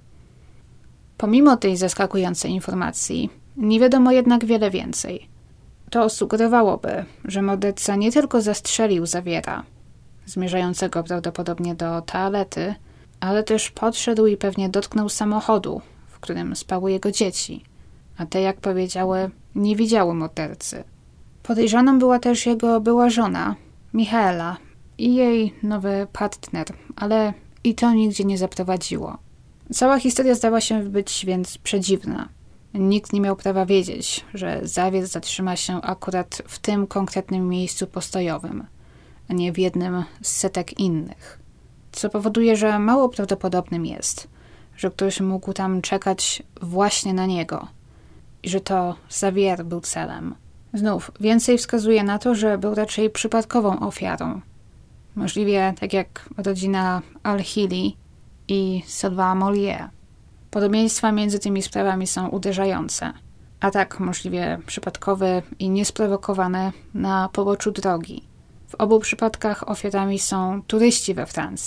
Pomimo tej zaskakującej informacji, nie wiadomo jednak wiele więcej. To sugerowałoby, że morderca nie tylko zastrzelił Xaviera, zmierzającego prawdopodobnie do toalety, ale też podszedł i pewnie dotknął samochodu, w którym spały jego dzieci, a te, jak powiedziały, nie widziały mordercy. Podejrzaną była też jego była żona, Michaela, i jej nowy partner, ale i to nigdzie nie zaprowadziło. Cała historia zdała się być więc przedziwna. Nikt nie miał prawa wiedzieć, że Xavier zatrzyma się akurat w tym konkretnym miejscu postojowym, a nie w jednym z setek innych. Co powoduje, że mało prawdopodobnym jest, że ktoś mógł tam czekać właśnie na niego i że to Xavier był celem. Znów, więcej wskazuje na to, że był raczej przypadkową ofiarą. Możliwie tak jak rodzina Al-Hili i Sylvain Mollier. Podobieństwa między tymi sprawami są uderzające. Atak możliwie przypadkowy i niesprowokowany na poboczu drogi. W obu przypadkach ofiarami są turyści we Francji.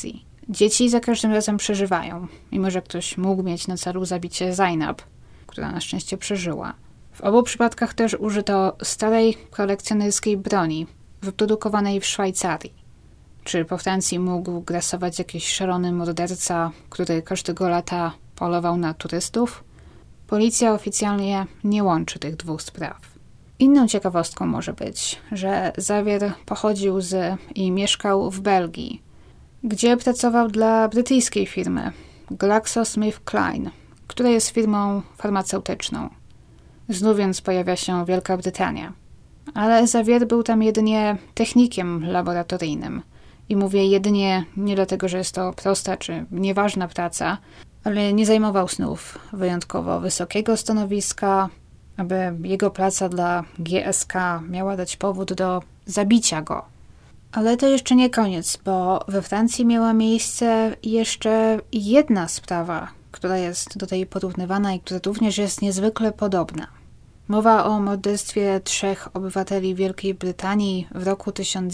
Dzieci za każdym razem przeżywają, mimo że ktoś mógł mieć na celu zabicie Zainab, która na szczęście przeżyła. W obu przypadkach też użyto starej kolekcjonerskiej broni, wyprodukowanej w Szwajcarii. Czy po Francji mógł grasować jakiś szalony morderca, który każdego lata polował na turystów? Policja oficjalnie nie łączy tych dwóch spraw. Inną ciekawostką może być, że Xavier pochodził z i mieszkał w Belgii, gdzie pracował dla brytyjskiej firmy GlaxoSmithKline, która jest firmą farmaceutyczną. Znów więc pojawia się Wielka Brytania. Ale Xavier był tam jedynie technikiem laboratoryjnym. I mówię jedynie nie dlatego, że jest to prosta czy nieważna praca, ale nie zajmował snów wyjątkowo wysokiego stanowiska, aby jego praca dla GSK miała dać powód do zabicia go. Ale to jeszcze nie koniec, bo we Francji miała miejsce jeszcze jedna sprawa, która jest do tej porównywana i która również jest niezwykle podobna. Mowa o morderstwie 3 obywateli Wielkiej Brytanii w roku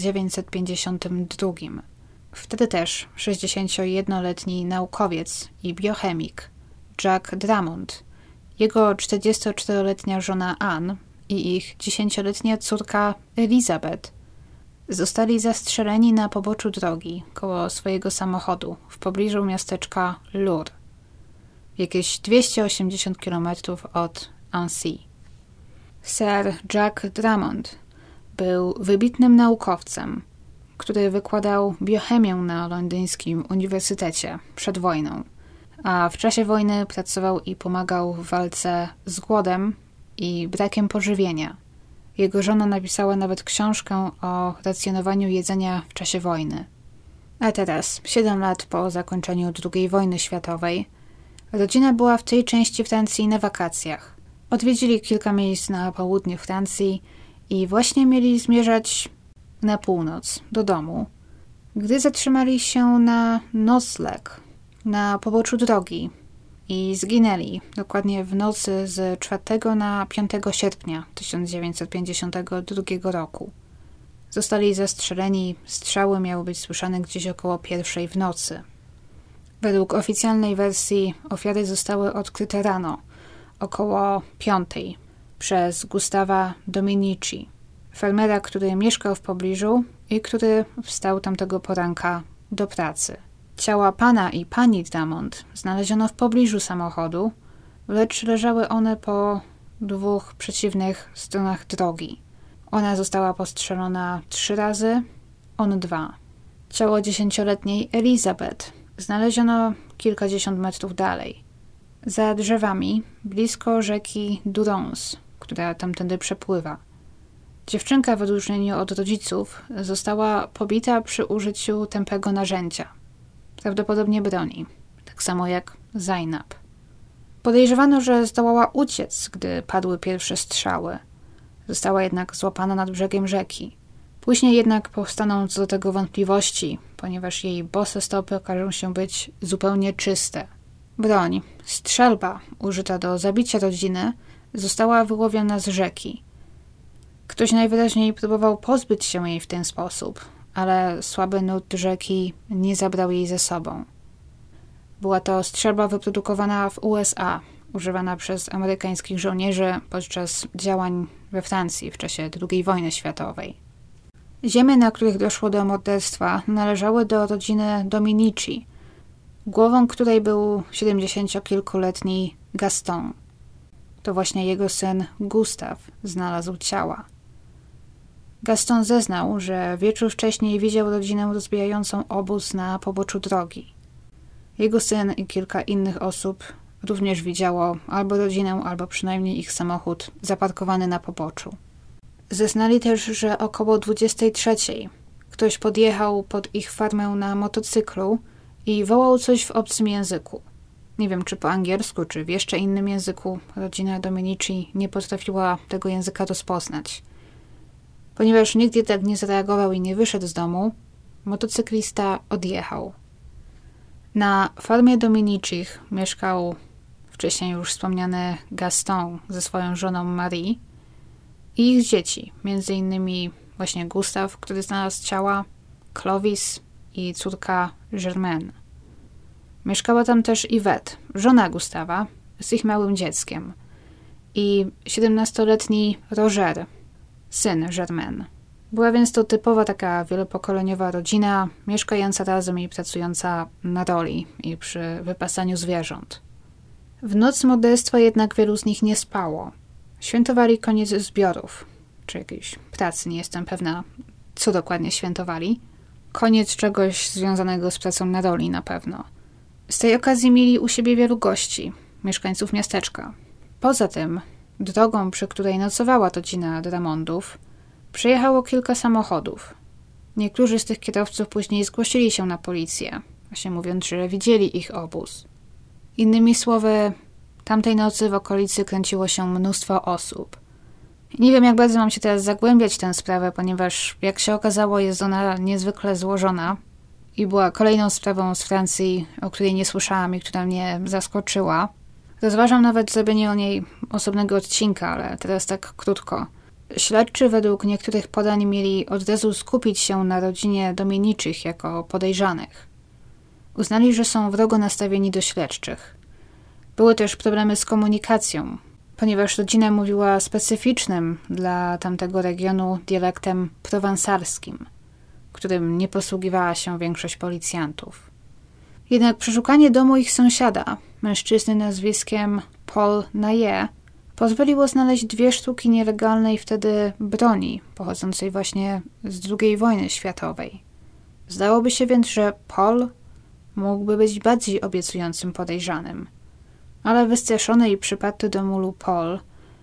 1952. Wtedy też 61-letni naukowiec i biochemik Jack Drummond, jego 44-letnia żona Anne i ich 10-letnia córka Elizabeth zostali zastrzeleni na poboczu drogi koło swojego samochodu w pobliżu miasteczka Lourdes, jakieś 280 km od Annecy. Sir Jack Drummond był wybitnym naukowcem, który wykładał biochemię na londyńskim uniwersytecie przed wojną, a w czasie wojny pracował i pomagał w walce z głodem i brakiem pożywienia. Jego żona napisała nawet książkę o racjonowaniu jedzenia w czasie wojny. A teraz, 7 lat po zakończeniu II wojny światowej, rodzina była w tej części Francji na wakacjach. Odwiedzili kilka miejsc na południu Francji i właśnie mieli zmierzać na północ, do domu, gdy zatrzymali się na nocleg na poboczu drogi i zginęli dokładnie w nocy z 4 na 5 sierpnia 1952 roku. Zostali zastrzeleni, strzały miały być słyszane gdzieś około 1 w nocy. Według oficjalnej wersji ofiary zostały odkryte rano, około 5, przez Gustawa Dominici, fermera, który mieszkał w pobliżu i który wstał tamtego poranka do pracy. Ciała pana i pani Drummond znaleziono w pobliżu samochodu, lecz leżały one po 2 przeciwnych stronach drogi. Ona została postrzelona 3 razy, on 2. Ciało 10-letniej Elizabeth znaleziono kilkadziesiąt metrów dalej, za drzewami, blisko rzeki Durance, która tamtędy przepływa. Dziewczynka w odróżnieniu od rodziców została pobita przy użyciu tępego narzędzia, prawdopodobnie broni, tak samo jak Zainab. Podejrzewano, że zdołała uciec, gdy padły pierwsze strzały. Została jednak złapana nad brzegiem rzeki. Później jednak powstaną co do tego wątpliwości, ponieważ jej bose stopy okażą się być zupełnie czyste. Broń, strzelba użyta do zabicia rodziny, została wyłowiona z rzeki. Ktoś najwyraźniej próbował pozbyć się jej w ten sposób, ale słaby nurt rzeki nie zabrał jej ze sobą. Była to strzelba wyprodukowana w USA, używana przez amerykańskich żołnierzy podczas działań we Francji w czasie II wojny światowej. Ziemie, na których doszło do morderstwa, należały do rodziny Dominici, głową której był 70-kilkuletni Gaston. To właśnie jego syn Gustaw znalazł ciała. Gaston zeznał, że wieczór wcześniej widział rodzinę rozbijającą obóz na poboczu drogi. Jego syn i kilka innych osób również widziało albo rodzinę, albo przynajmniej ich samochód zaparkowany na poboczu. Zeznali też, że około 23 ktoś podjechał pod ich farmę na motocyklu i wołał coś w obcym języku. Nie wiem, czy po angielsku, czy w jeszcze innym języku. Rodzina Dominici nie potrafiła tego języka rozpoznać. Ponieważ nikt jednak nie zareagował i nie wyszedł z domu, motocyklista odjechał. Na farmie Dominicich mieszkał wcześniej już wspomniany Gaston ze swoją żoną Marie i ich dzieci, między innymi właśnie Gustaw, który znalazł ciała, Clovis i córka Germaine. Mieszkała tam też Yvette, żona Gustawa, z ich małym dzieckiem i 17-letni Roger, syn Germaine. Była więc to typowa taka wielopokoleniowa rodzina, mieszkająca razem i pracująca na roli i przy wypasaniu zwierząt. W noc morderstwa jednak wielu z nich nie spało. Świętowali koniec zbiorów, czy jakiejś pracy, nie jestem pewna, co dokładnie świętowali. Koniec czegoś związanego z pracą na roli na pewno. Z tej okazji mieli u siebie wielu gości, mieszkańców miasteczka. Poza tym, drogą, przy której nocowała rodzina Drummondów, przejechało kilka samochodów. Niektórzy z tych kierowców później zgłosili się na policję, właśnie mówiąc, że widzieli ich obóz. Innymi słowy, tamtej nocy w okolicy kręciło się mnóstwo osób. Nie wiem, jak bardzo mam się teraz zagłębiać w tę sprawę, ponieważ, jak się okazało, jest ona niezwykle złożona i była kolejną sprawą z Francji, o której nie słyszałam i która mnie zaskoczyła. Rozważam nawet zrobienie o niej osobnego odcinka, ale teraz tak krótko. Śledczy według niektórych podań mieli od razu skupić się na rodzinie Dominiczych jako podejrzanych. Uznali, że są wrogo nastawieni do śledczych. Były też problemy z komunikacją, ponieważ rodzina mówiła specyficznym dla tamtego regionu dialektem prowansarskim, którym nie posługiwała się większość policjantów. Jednak przeszukanie domu ich sąsiada, mężczyzny nazwiskiem Paul Naye, pozwoliło znaleźć 2 sztuki nielegalnej wtedy broni, pochodzącej właśnie z II wojny światowej. Zdałoby się więc, że Paul mógłby być bardziej obiecującym podejrzanym. Ale wystraszony i przyparty do mulu Paul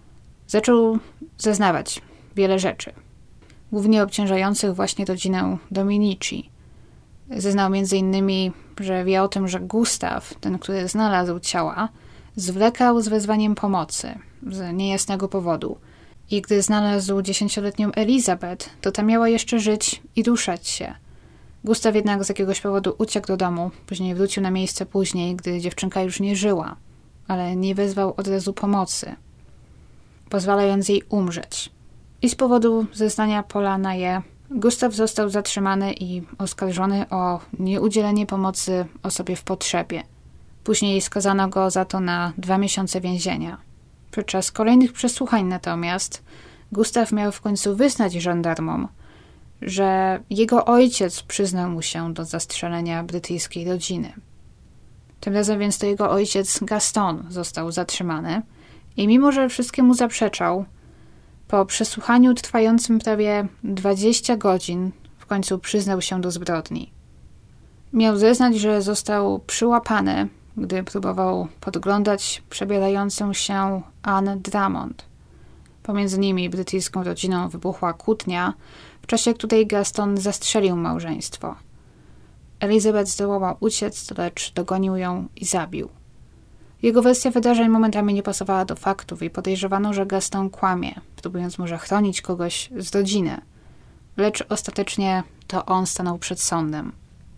zaczął zeznawać wiele rzeczy, głównie obciążających właśnie rodzinę Dominici. Zeznał m.in., że wie o tym, że Gustaw, ten, który znalazł ciała, zwlekał z wezwaniem pomocy z niejasnego powodu i gdy znalazł 10-letnią Elizabeth, to ta miała jeszcze żyć i ruszać się. Gustaw jednak z jakiegoś powodu uciekł do domu, później wrócił na miejsce później, gdy dziewczynka już nie żyła, ale nie wezwał od razu pomocy, pozwalając jej umrzeć. I z powodu zeznania Paula Naye Gustaw został zatrzymany i oskarżony o nieudzielenie pomocy osobie w potrzebie. Później skazano go za to na 2 miesiące więzienia. Podczas kolejnych przesłuchań natomiast Gustaw miał w końcu wyznać żandarmom, że jego ojciec przyznał mu się do zastrzelenia brytyjskiej rodziny. Tym razem więc to jego ojciec Gaston został zatrzymany i mimo, że wszystkiemu zaprzeczał, po przesłuchaniu trwającym prawie 20 godzin w końcu przyznał się do zbrodni. Miał zeznać, że został przyłapany, gdy próbował podglądać przebierającą się Anne Drummond. Pomiędzy nimi i brytyjską rodziną wybuchła kłótnia, w czasie której Gaston zastrzelił małżeństwo. Elizabeth zdołała uciec, lecz dogonił ją i zabił. Jego wersja wydarzeń momentami nie pasowała do faktów i podejrzewano, że Gaston kłamie, próbując może chronić kogoś z rodziny. Lecz ostatecznie to on stanął przed sądem.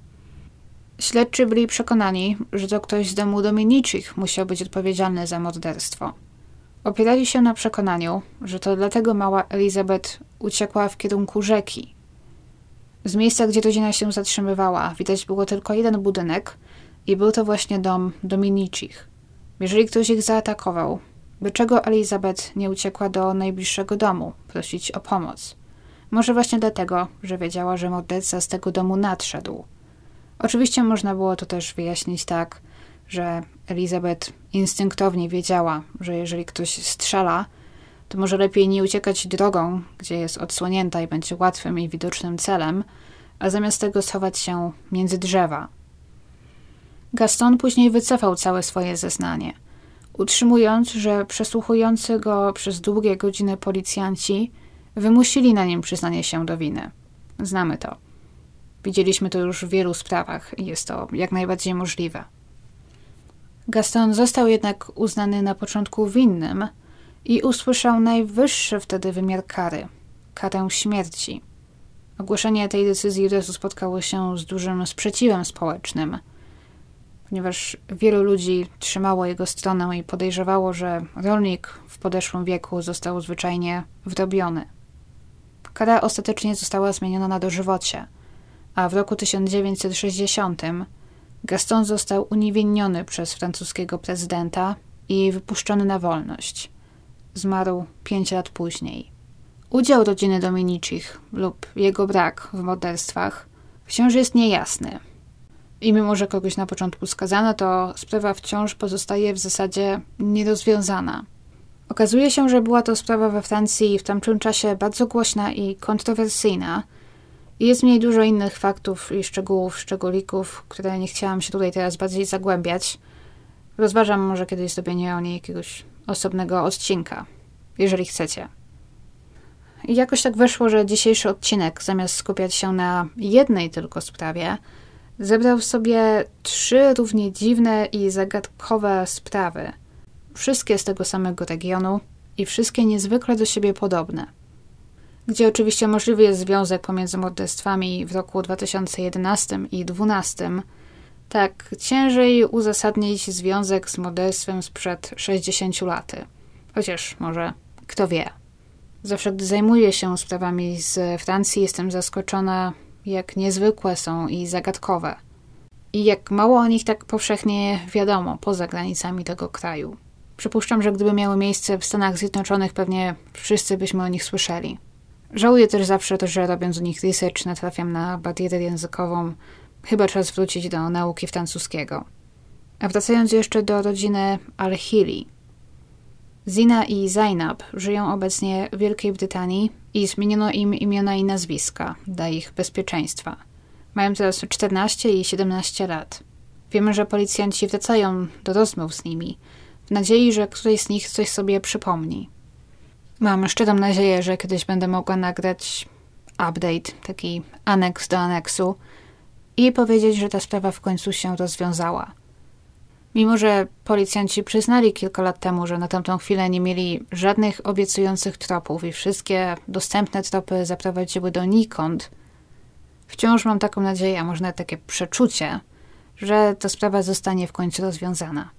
Śledczy byli przekonani, że to ktoś z domu Dominiczych musiał być odpowiedzialny za morderstwo. Opierali się na przekonaniu, że to dlatego mała Elizabeth uciekła w kierunku rzeki. Z miejsca, gdzie rodzina się zatrzymywała, widać było tylko jeden budynek i był to właśnie dom Dominiczych. Jeżeli ktoś ich zaatakował, dlaczego Elizabeth nie uciekła do najbliższego domu, prosić o pomoc? Może właśnie dlatego, że wiedziała, że morderca z tego domu nadszedł. Oczywiście można było to też wyjaśnić tak, że Elizabeth instynktownie wiedziała, że jeżeli ktoś strzela, to może lepiej nie uciekać drogą, gdzie jest odsłonięta i będzie łatwym i widocznym celem, a zamiast tego schować się między drzewa. Gaston później wycofał całe swoje zeznanie, utrzymując, że przesłuchujący go przez długie godziny policjanci wymusili na nim przyznanie się do winy. Znamy to. Widzieliśmy to już w wielu sprawach i jest to jak najbardziej możliwe. Gaston został jednak uznany na początku winnym i usłyszał najwyższy wtedy wymiar kary – karę śmierci. Ogłoszenie tej decyzji od razu spotkało się z dużym sprzeciwem społecznym, ponieważ wielu ludzi trzymało jego stronę i podejrzewało, że rolnik w podeszłym wieku został zwyczajnie wrobiony. Kara ostatecznie została zmieniona na dożywocie, a w roku 1960 Gaston został uniewinniony przez francuskiego prezydenta i wypuszczony na wolność. Zmarł 5 lat później. Udział rodziny Dominicich lub jego brak w morderstwach wciąż jest niejasny. I mimo, że kogoś na początku skazano, to sprawa wciąż pozostaje w zasadzie nierozwiązana. Okazuje się, że była to sprawa we Francji w tamtym czasie bardzo głośna i kontrowersyjna. I jest w niej dużo innych faktów i szczegółów, szczególików, które nie chciałam się tutaj teraz bardziej zagłębiać. Rozważam może kiedyś zrobienie o niej jakiegoś osobnego odcinka, jeżeli chcecie. I jakoś tak wyszło, że dzisiejszy odcinek, zamiast skupiać się na jednej tylko sprawie, zebrał w sobie 3 równie dziwne i zagadkowe sprawy. Wszystkie z tego samego regionu i wszystkie niezwykle do siebie podobne. Gdzie oczywiście możliwy jest związek pomiędzy morderstwami w roku 2011 i 2012, tak ciężej uzasadnić związek z morderstwem sprzed 60 lat. Chociaż może kto wie. Zawsze gdy zajmuję się sprawami z Francji, jestem zaskoczona, jak niezwykłe są i zagadkowe. I jak mało o nich tak powszechnie wiadomo poza granicami tego kraju. Przypuszczam, że gdyby miały miejsce w Stanach Zjednoczonych, pewnie wszyscy byśmy o nich słyszeli. Żałuję też zawsze to, że robiąc o nich research natrafiam na barierę językową. Chyba czas wrócić do nauki francuskiego. A wracając jeszcze do rodziny Al-Hili. Zina i Zainab żyją obecnie w Wielkiej Brytanii i zmieniono im imiona i nazwiska dla ich bezpieczeństwa. Mają teraz 14 i 17 lat. Wiemy, że policjanci wracają do rozmów z nimi, w nadziei, że któryś z nich coś sobie przypomni. Mam szczerą nadzieję, że kiedyś będę mogła nagrać update, taki aneks do aneksu i powiedzieć, że ta sprawa w końcu się rozwiązała. Mimo, że policjanci przyznali kilka lat temu, że na tamtą chwilę nie mieli żadnych obiecujących tropów i wszystkie dostępne tropy zaprowadziły donikąd, wciąż mam taką nadzieję, a może nawet takie przeczucie, że ta sprawa zostanie w końcu rozwiązana.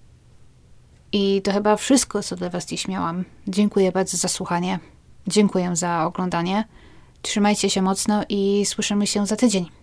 I to chyba wszystko, co dla was dziś miałam. Dziękuję bardzo za słuchanie. Dziękuję za oglądanie. Trzymajcie się mocno i słyszymy się za tydzień.